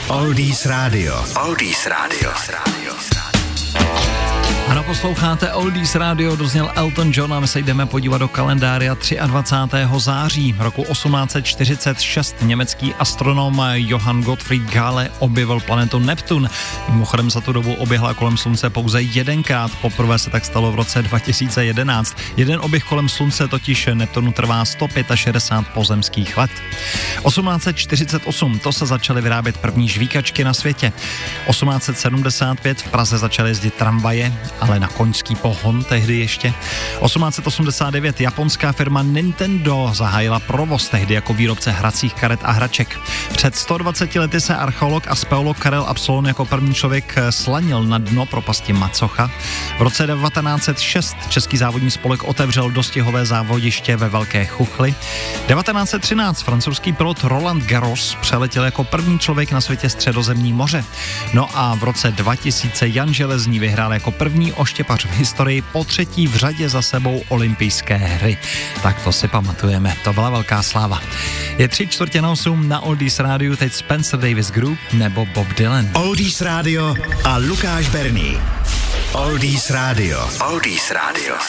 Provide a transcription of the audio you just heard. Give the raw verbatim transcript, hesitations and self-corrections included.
Oldies Radio. Oldies Radio. Ano, posloucháte Oldies Radio, dozněl Elton John a my se jdeme podívat do kalendária dvacátého třetího září roku osmnáct set čtyřicet šest. Německý astronom Johann Gottfried Galle objevil planetu Neptun. Mimochodem za tu dobu oběhla kolem slunce pouze jedenkrát, poprvé se tak stalo v roce dva tisíce jedenáct. Jeden oběh kolem slunce totiž Neptunu trvá sto šedesát pět pozemských let. osmnáct set čtyřicet osm, to se začaly vyrábět první žvíkačky na světě. osmnáct set sedmdesát pět, v Praze začaly jezdit tramvaje, ale na koňský pohon tehdy ještě. osmnáct set osmdesát devět, japonská firma Nintendo zahájila provoz tehdy jako výrobce hracích karet a hraček. Před sto dvaceti lety se archeolog a speleolog Karel Absolon jako první člověk slanil na dno propasti Macocha. V roce devatenáct set šest český závodní spolek otevřel dostihové závodiště ve Velké Chuchli. devatenáct set třináct francouzský pilot Roland Garros přeletěl jako první člověk na světě Středozemní moře. No a v roce dva tisíce Jan Železný vyhrál jako první oštěpař v historii po třetí v řadě za sebou olympijské hry. Tak to si pamatujeme, to byla velká sláva. Je tři čtvrtě na osm na Oldies Radio, teď Spencer Davis Group nebo Bob Dylan. Oldies Radio a Lukáš Berný. Oldies Radio. Oldies Radio.